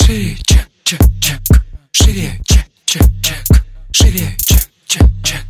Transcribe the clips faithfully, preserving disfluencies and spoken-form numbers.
Шире, чек, чек, чек. Шире, чек, чек, чек. Шире, чек, чек, чек.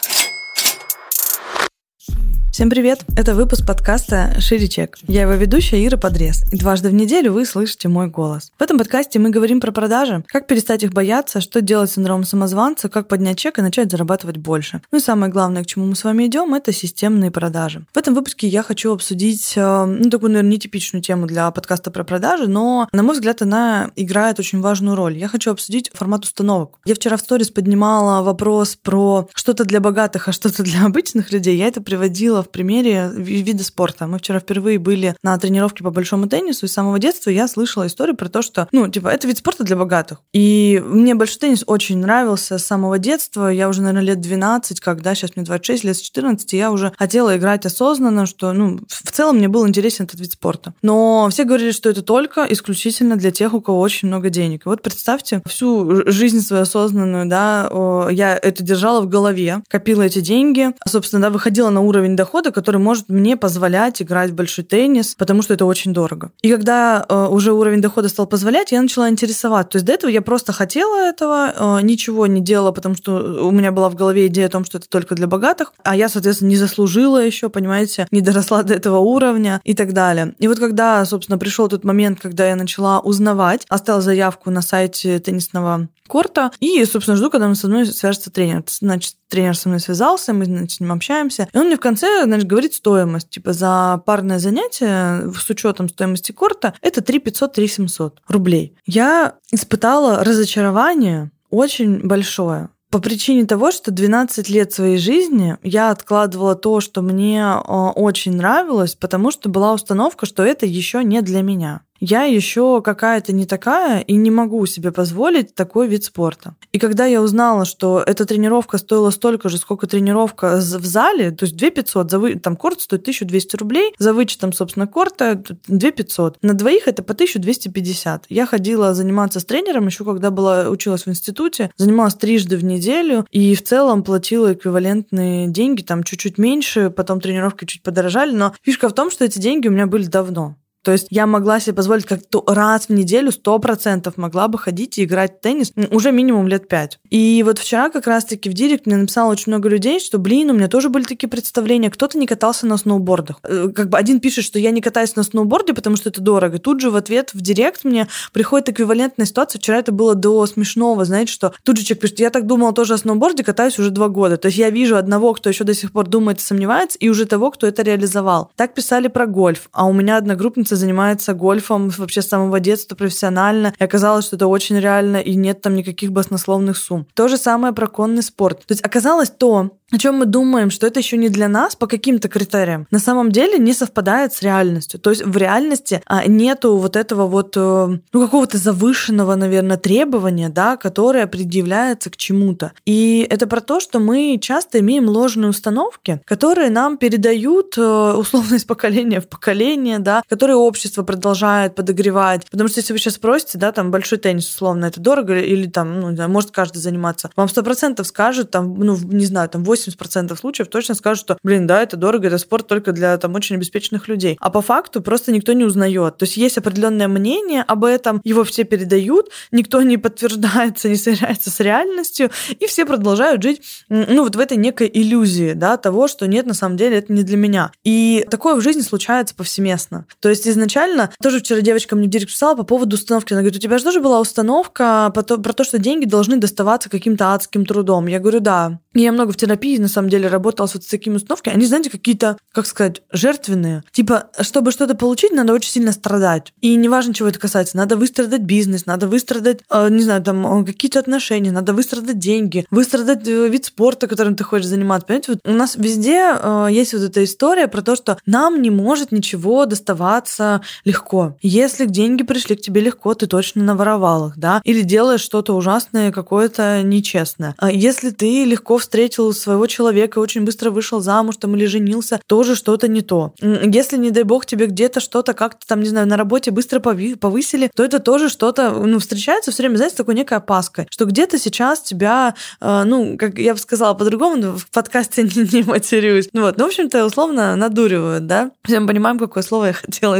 Всем привет! Это выпуск подкаста «Шире чек». Я его ведущая Ира Подрез, и дважды в неделю вы слышите мой голос. В этом подкасте мы говорим про продажи, как перестать их бояться, что делать с синдромом самозванца, как поднять чек и начать зарабатывать больше. Ну и самое главное, к чему мы с вами идем, это системные продажи. В этом выпуске я хочу обсудить, ну, такую, наверное, нетипичную тему для подкаста про продажи, но, на мой взгляд, она играет очень важную роль. Я хочу обсудить формат установок. Я вчера в сторис поднимала вопрос про что-то для богатых, а что-то для обычных людей. Я это приводила в примере вида спорта. Мы вчера впервые были на тренировке по большому теннису, и с самого детства я слышала историю про то, что, ну, типа, это вид спорта для богатых. И мне большой теннис очень нравился с самого детства. Я уже, наверное, лет двенадцать, когда сейчас мне двадцать шесть, лет с четырнадцати, я уже хотела играть осознанно, что, ну, в целом мне был интересен этот вид спорта. Но все говорили, что это только исключительно для тех, у кого очень много денег. И вот представьте, всю жизнь свою осознанную, да, я это держала в голове, копила эти деньги, собственно, да, выходила на уровень дохода, который может мне позволять играть в большой теннис, потому что это очень дорого. И когда э, уже уровень дохода стал позволять, я начала интересоваться. То есть до этого я просто хотела этого, э, ничего не делала, потому что у меня была в голове идея о том, что это только для богатых, а я, соответственно, не заслужила еще, понимаете, не доросла до этого уровня и так далее. И вот когда, собственно, пришел тот момент, когда я начала узнавать, оставила заявку на сайте теннисного корта, и, собственно, жду, когда со мной свяжется тренер. Значит, тренер со мной связался, мы, значит, с ним общаемся, и он мне в конце, значит, говорит стоимость. Типа за парное занятие с учетом стоимости корта это три пятьсот - три семьсот рублей. Я испытала разочарование очень большое. По причине того, что двенадцать лет своей жизни я откладывала то, что мне очень нравилось, потому что была установка, что это еще не для меня. Я еще какая-то не такая и не могу себе позволить такой вид спорта. И когда я узнала, что эта тренировка стоила столько же, сколько тренировка в зале, то есть две тысячи пятьсот, за вы... там корт стоит тысяча двести рублей, за вычетом, собственно, корта две тысячи пятьсот. На двоих это по тысяча двести пятьдесят. Я ходила заниматься с тренером еще когда была, училась в институте, занималась трижды в неделю и в целом платила эквивалентные деньги, там чуть-чуть меньше, потом тренировки чуть подорожали, но фишка в том, что эти деньги у меня были давно. То есть я могла себе позволить как-то раз в неделю сто процентов могла бы ходить и играть в теннис уже минимум лет пять. И вот вчера как раз-таки в директ мне написало очень много людей, что, блин, у меня тоже были такие представления, кто-то не катался на сноубордах. Как бы один пишет, что я не катаюсь на сноуборде, потому что это дорого. Тут же в ответ в директ мне приходит эквивалентная ситуация. Вчера это было до смешного, знаете, что тут же человек пишет, я так думала тоже о сноуборде, катаюсь уже два года. То есть я вижу одного, кто еще до сих пор думает и сомневается, и уже того, кто это реализовал. Так писали про гольф. А у меня одногруппница занимается гольфом вообще с самого детства профессионально, и оказалось, что это очень реально, и нет там никаких баснословных сумм. То же самое про конный спорт. То есть оказалось то, о чем мы думаем, что это еще не для нас по каким-то критериям, на самом деле не совпадает с реальностью. То есть в реальности нету вот этого вот, ну, какого-то завышенного, наверное, требования, да, которое предъявляется к чему-то. И это про то, что мы часто имеем ложные установки, которые нам передают условно из поколения в поколение, да, которые общество продолжает подогревать. Потому что если вы сейчас спросите, да, там большой теннис, условно, это дорого, или там, ну, не знаю, может каждый заниматься, вам сто процентов скажут, там, ну, не знаю, там восемьдесят процентов случаев точно скажут, что, блин, да, это дорого, это спорт только для там очень обеспеченных людей. А по факту просто никто не узнает. То есть есть определенное мнение об этом, его все передают, никто не подтверждается, не сверяется с реальностью, и все продолжают жить, ну, вот в этой некой иллюзии, да, того, что нет, на самом деле это не для меня. И такое в жизни случается повсеместно. То есть изначально, тоже вчера девочка мне в директ писала по поводу установки, она говорит, у тебя же тоже была установка про то, про то, что деньги должны доставаться каким-то адским трудом. Я говорю, да. Я много в терапии, на самом деле, работала с вот такими установками. Они, знаете, какие-то, как сказать, жертвенные. Типа, чтобы что-то получить, надо очень сильно страдать. И неважно, чего это касается. Надо выстрадать бизнес, надо выстрадать, не знаю, там, какие-то отношения, надо выстрадать деньги, выстрадать вид спорта, которым ты хочешь заниматься. Понимаете, вот у нас везде есть вот эта история про то, что нам не может ничего доставаться легко. Если деньги пришли к тебе легко, ты точно наворовал их, да? Или делаешь что-то ужасное, какое-то нечестное. Если ты легко встретил своего человека, очень быстро вышел замуж там или женился, тоже что-то не то. Если, не дай бог, тебе где-то что-то как-то там, не знаю, на работе быстро повысили, то это тоже что-то, ну, встречается все время, знаете, с такой некой опаской, что где-то сейчас тебя, э, ну, как я бы сказала по-другому, в подкасте не, не матерюсь. Ну, вот. Ну, в общем-то, условно надуривают, да? Все мы понимаем, какое слово я хотела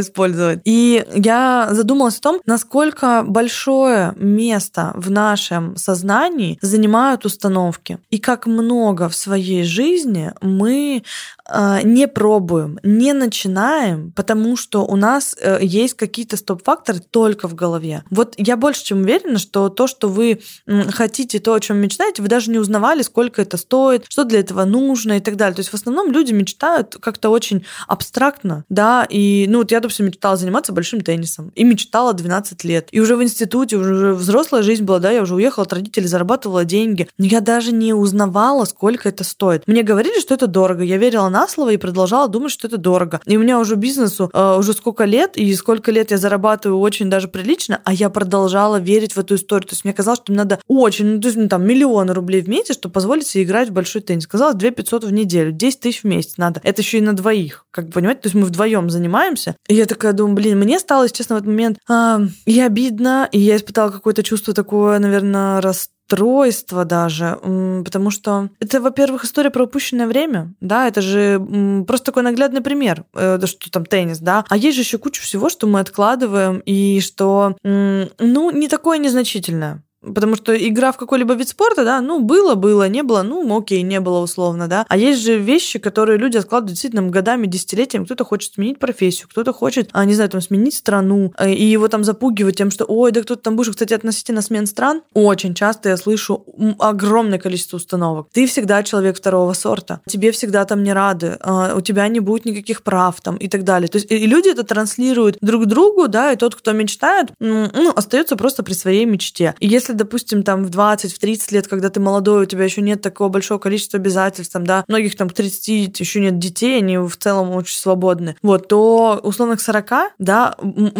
использовать. И я задумалась о том, насколько большое место в нашем сознании занимают установки. И как много в своей жизни мы э, не пробуем, не начинаем, потому что у нас э, есть какие-то стоп-факторы только в голове. Вот я больше чем уверена, что то, что вы хотите, то, о чем мечтаете, вы даже не узнавали, сколько это стоит, что для этого нужно и так далее. То есть в основном люди мечтают как-то очень абстрактно, да, и, ну, вот я, допустим, мечтала заниматься большим теннисом, и мечтала двенадцать лет, и уже в институте, уже взрослая жизнь была, да, я уже уехала от родителей, зарабатывала деньги, но я даже не узнавала, сколько это стоит. Мне говорили, что это дорого, я верила на слово и продолжала думать, что это дорого. И у меня уже бизнесу э, уже сколько лет, и сколько лет я зарабатываю очень даже прилично, а я продолжала верить в эту историю. То есть мне казалось, что мне надо очень, ну, то есть, ну, там, миллионы рублей в месяц, чтобы позволить себе играть в большой теннис. Казалось, две тысячи пятьсот в неделю, десять тысяч в месяц надо. Это еще и на двоих, как бы, понимаете? То есть мы вдвоем занимаемся. И я такая думаю, блин, мне стало, если честно, в этот момент э, и обидно, и я испытала какое-то чувство такое, наверное, расстроение, тройство даже, потому что это, во-первых, история про упущенное время, да, это же просто такой наглядный пример, что там теннис, да, а есть же еще куча всего, что мы откладываем и что, ну, не такое незначительное. Потому что игра в какой-либо вид спорта, да, ну, было, было, не было, ну, окей, не было условно, да. А есть же вещи, которые люди откладывают действительно годами, десятилетиями. Кто-то хочет сменить профессию, кто-то хочет, не знаю, там, сменить страну, и его там запугивать тем, что, ой, да кто-то там будешь, кстати, относительно смен стран. Очень часто я слышу огромное количество установок. Ты всегда человек второго сорта, тебе всегда там не рады, у тебя не будет никаких прав там и так далее. То есть и люди это транслируют друг другу, да, и тот, кто мечтает, ну, остается просто при своей мечте. И если, допустим, там в двадцать, в тридцать лет, когда ты молодой, у тебя еще нет такого большого количества обязательств, там, да, многих там к тридцати еще нет детей, они в целом очень свободны, вот, то условно к сорока, да,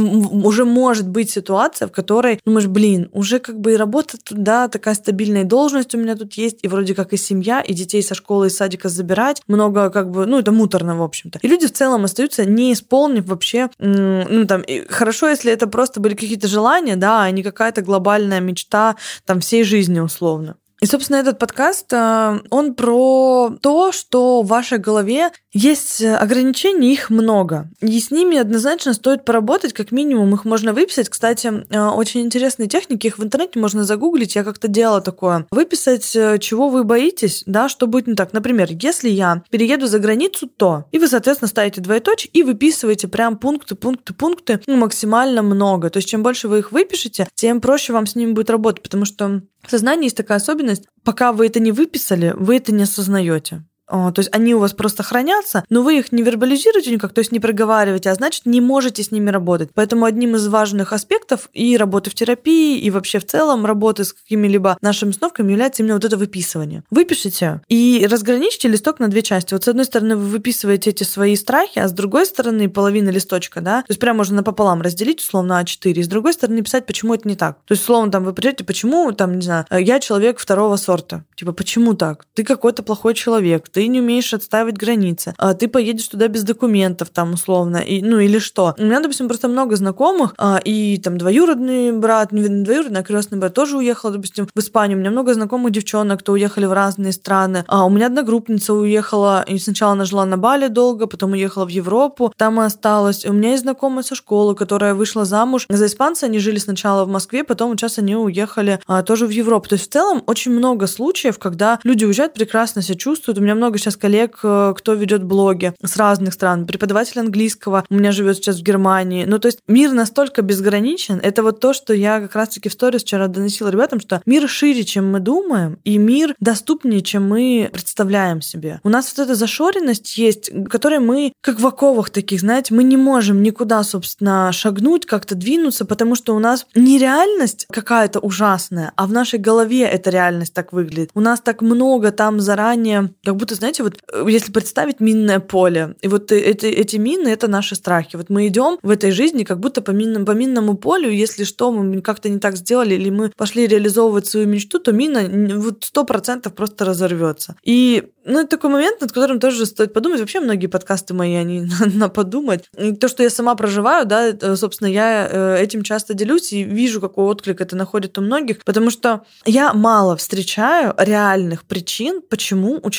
уже может быть ситуация, в которой, ну, думаешь, блин, уже как бы и работа тут, да, такая стабильная должность у меня тут есть, и вроде как и семья, и детей со школы и садика забирать, много как бы, ну, это муторно, в общем-то. И люди в целом остаются, не исполнив вообще, ну, там, хорошо, если это просто были какие-то желания, да, а не какая-то глобальная мечта там всей жизни условно. И, собственно, этот подкаст, он про то, что в вашей голове есть ограничения, их много. И с ними однозначно стоит поработать, как минимум их можно выписать. Кстати, очень интересные техники, их в интернете можно загуглить, я как-то делала такое. Выписать, чего вы боитесь, да, что будет не так. Например, если я перееду за границу, то... И вы, соответственно, ставите двоеточие и выписываете прям пункты, пункты, пункты, ну, максимально много. То есть, чем больше вы их выпишете, тем проще вам с ними будет работать, потому что в сознании есть такая особенность, пока вы это не выписали, вы это не осознаете. То есть они у вас просто хранятся, но вы их не вербализируете никак, то есть не проговариваете, а значит, не можете с ними работать. Поэтому одним из важных аспектов и работы в терапии, и вообще в целом работы с какими-либо нашими установками является именно вот это выписывание. Выпишите и разграничьте листок на две части. Вот с одной стороны вы выписываете эти свои страхи, а с другой стороны половина листочка, да, то есть прям можно напополам разделить, условно, а четыре, и с другой стороны писать, почему это не так. То есть, условно, там вы придете, почему, там, не знаю, я человек второго сорта. Типа, почему так? Ты какой-то плохой человек, ты не умеешь отстаивать границы, а ты поедешь туда без документов, там, условно, и, ну, или что. У меня, допустим, просто много знакомых, а, и там двоюродный брат, не двоюродный, а крестный брат тоже уехал, допустим, в Испанию. У меня много знакомых девчонок, кто уехали в разные страны. А у меня одногруппница уехала, и сначала она жила на Бали долго, потом уехала в Европу, там и осталась. У меня есть знакомая со школы, которая вышла замуж за испанца, они жили сначала в Москве, потом сейчас они уехали а, тоже в Европу. То есть в целом очень много случаев, когда люди уезжают, прекрасно себя чувствуют. У меня много сейчас коллег, кто ведет блоги с разных стран. Преподаватель английского у меня живет сейчас в Германии. Ну, то есть мир настолько безграничен. Это вот то, что я как раз-таки в сторис вчера доносила ребятам, что мир шире, чем мы думаем, и мир доступнее, чем мы представляем себе. У нас вот эта зашоренность есть, которой мы, как в оковах таких, знаете, мы не можем никуда, собственно, шагнуть, как-то двинуться, потому что у нас не реальность какая-то ужасная, а в нашей голове эта реальность так выглядит. У нас так много там заранее, как будто, знаете, вот если представить минное поле, и вот эти, эти мины — это наши страхи. Вот мы идем в этой жизни как будто по, минному, по минному полю, если что, мы как-то не так сделали, или мы пошли реализовывать свою мечту, то мина вот сто процентов просто разорвется. И ну, это такой момент, над которым тоже стоит подумать. Вообще многие подкасты мои, они на подумать. И то, что я сама проживаю, да, собственно, я этим часто делюсь и вижу, какой отклик это находит у многих, потому что я мало встречаю реальных причин, почему у человека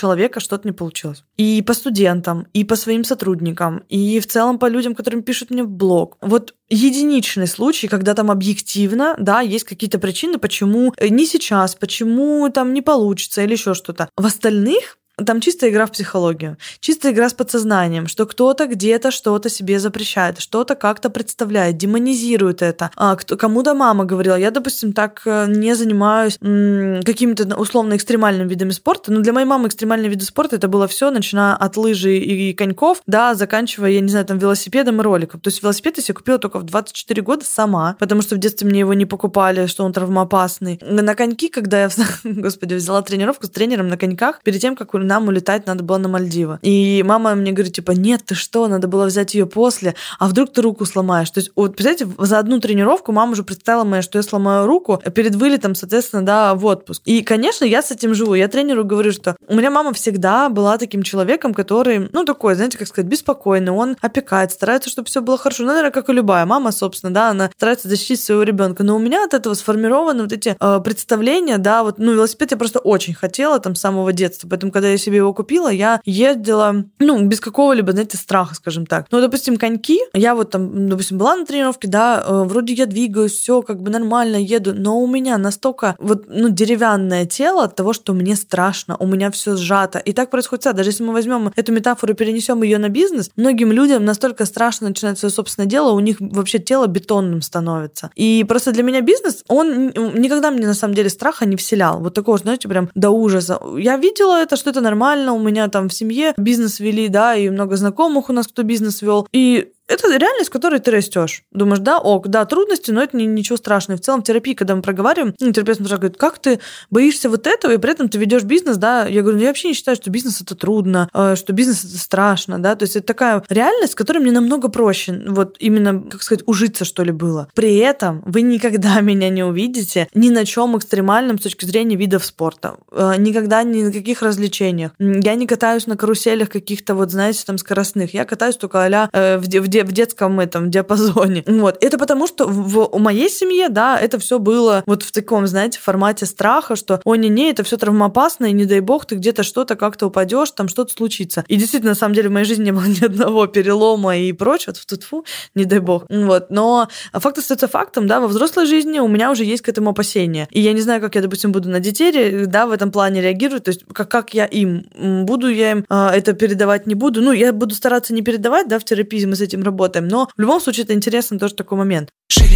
что-то не получилось. И по студентам, и по своим сотрудникам, и в целом по людям, которым пишут мне в блог. Вот единичный случай, когда там объективно, да, есть какие-то причины, почему не сейчас, почему там не получится или еще что-то. В остальных там чистая игра в психологию, чистая игра с подсознанием, что кто-то где-то что-то себе запрещает, что-то как-то представляет, демонизирует это. А кто, кому-то мама говорила, я, допустим, так не занимаюсь м- какими-то условно экстремальными видами спорта, но для моей мамы экстремальные виды спорта это было все, начиная от лыжи и коньков, да, заканчивая, я не знаю, там велосипедом и роликом. То есть велосипед я себе купила только в двадцать четыре года сама, потому что в детстве мне его не покупали, что он травмоопасный. На коньки, когда я, господи, взяла тренировку с тренером на коньках, перед тем, как нам улетать надо было на Мальдивы. И мама мне говорит, типа, нет, ты что, надо было взять ее после, а вдруг ты руку сломаешь. То есть, вот, представляете, за одну тренировку мама уже представила мне, что я сломаю руку перед вылетом, соответственно, да, в отпуск. И, конечно, я с этим живу. Я тренеру говорю, что у меня мама всегда была таким человеком, который, ну, такой, знаете, как сказать, беспокойный, он опекает, старается, чтобы все было хорошо. Ну, наверное, как и любая мама, собственно, да, она старается защитить своего ребенка. Но у меня от этого сформированы вот эти э, представления, да, вот, ну, велосипед я просто очень хотела там с самого детства, поэтому, когда я себе его купила, я ездила, ну, без какого-либо, знаете, страха, скажем так. Ну, допустим, коньки, я вот там, допустим, была на тренировке, да, э, вроде я двигаюсь, все как бы нормально, еду, но у меня настолько вот, ну, деревянное тело от того, что мне страшно, у меня все сжато. И так происходит всегда. Даже если мы возьмем эту метафору и перенесем ее на бизнес, многим людям настолько страшно начинать свое собственное дело, у них вообще тело бетонным становится. И просто для меня бизнес, он никогда мне на самом деле страха не вселял. Вот такого, знаете, прям до ужаса. Я видела это, что это нормально, у меня там в семье бизнес вели, да, и много знакомых у нас, кто бизнес вел. И это реальность, в которой ты растешь. Думаешь, да, ок, да, трудности, но это не, ничего страшного. В целом в терапии, когда мы проговариваем, ну, терапевт говорит, как ты боишься вот этого, и при этом ты ведешь бизнес, да, я говорю, ну, я вообще не считаю, что бизнес это трудно, что бизнес это страшно, да, то есть это такая реальность, с которой мне намного проще, вот именно, как сказать, ужиться, что ли, было. При этом вы никогда меня не увидите ни на чем экстремальном с точки зрения видов спорта, никогда ни на каких развлечениях. Я не катаюсь на каруселях каких-то, вот, знаете, там, скоростных, я катаюсь только а-ля в, в в детском этом диапазоне. Вот. Это потому, что в, в моей семье, да, это все было вот в таком, знаете, формате страха, что ой, не-не, это все травмоопасно, и не дай бог, ты где-то что-то как-то упадешь, там что-то случится. И действительно, на самом деле, в моей жизни не было ни одного перелома и прочего, тьфу-тьфу, не дай бог. Вот. Но факт остается фактом, да, во взрослой жизни у меня уже есть к этому опасения. И я не знаю, как я, допустим, буду на детей, да, в этом плане реагировать, то есть как, как я им, буду я им а, это передавать, не буду. Ну, я буду стараться не передавать, да, в терапии мы с этим работаем, но в любом случае это интересный тоже такой момент.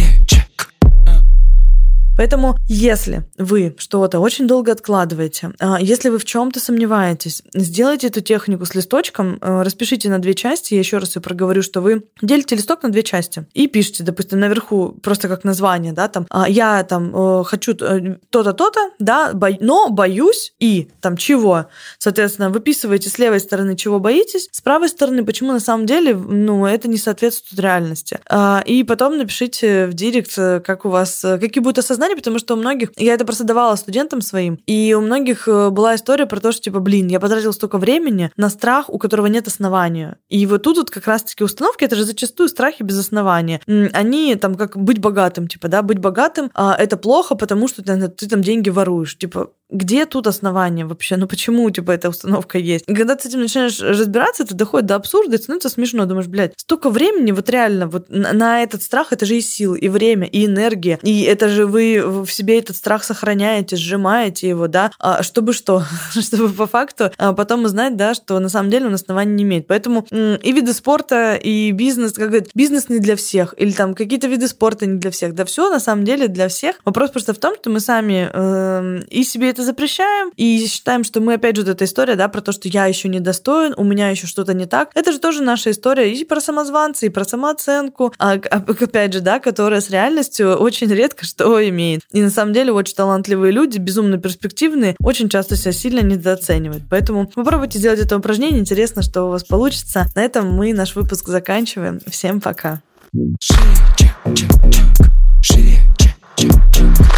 Поэтому, если вы что-то очень долго откладываете, если вы в чем-то сомневаетесь, сделайте эту технику с листочком, распишите на две части, я еще раз ее проговорю, что вы делите листок на две части и пишите, допустим, наверху просто как название, да, там, я там хочу то-то, то-то, да, но боюсь и там чего. Соответственно, выписываете с левой стороны, чего боитесь, с правой стороны, почему на самом деле, ну, это не соответствует реальности. И потом напишите в директ, как у вас, какие будут осознания, потому что у многих, я это просто давала студентам своим, и у многих была история про то, что типа, блин, я потратила столько времени на страх, у которого нет основания. И вот тут вот как раз-таки установки, это же зачастую страхи без основания. Они там как быть богатым, типа, да, быть богатым, а это плохо, потому что ты, ты там деньги воруешь, типа, где тут основание вообще? Ну почему, типа, эта установка есть? И когда ты с этим начинаешь разбираться, это доходит до абсурда, и становится смешно. Думаешь, блядь, столько времени вот реально вот на этот страх, это же и силы, и время, и энергия, и это же вы в себе этот страх сохраняете, сжимаете его, да, а чтобы что? Чтобы по факту потом узнать, да, что на самом деле он основания не имеет. Поэтому и виды спорта, и бизнес, как говорят, бизнес не для всех, или там какие-то виды спорта не для всех. Да все на самом деле для всех. Вопрос просто в том, что мы сами э, и себе это запрещаем, и считаем, что мы, опять же, вот эта история, да, про то, что я еще недостоин, у меня еще что-то не так. Это же тоже наша история и про самозванца, и про самооценку, а, опять же, да, которая с реальностью очень редко что имеет. И на самом деле очень талантливые люди, безумно перспективные, очень часто себя сильно недооценивают. Поэтому попробуйте сделать это упражнение, интересно, что у вас получится. На этом мы наш выпуск заканчиваем. Всем пока. Шире, чек, чек, чек. Шире, чек, чек, чек.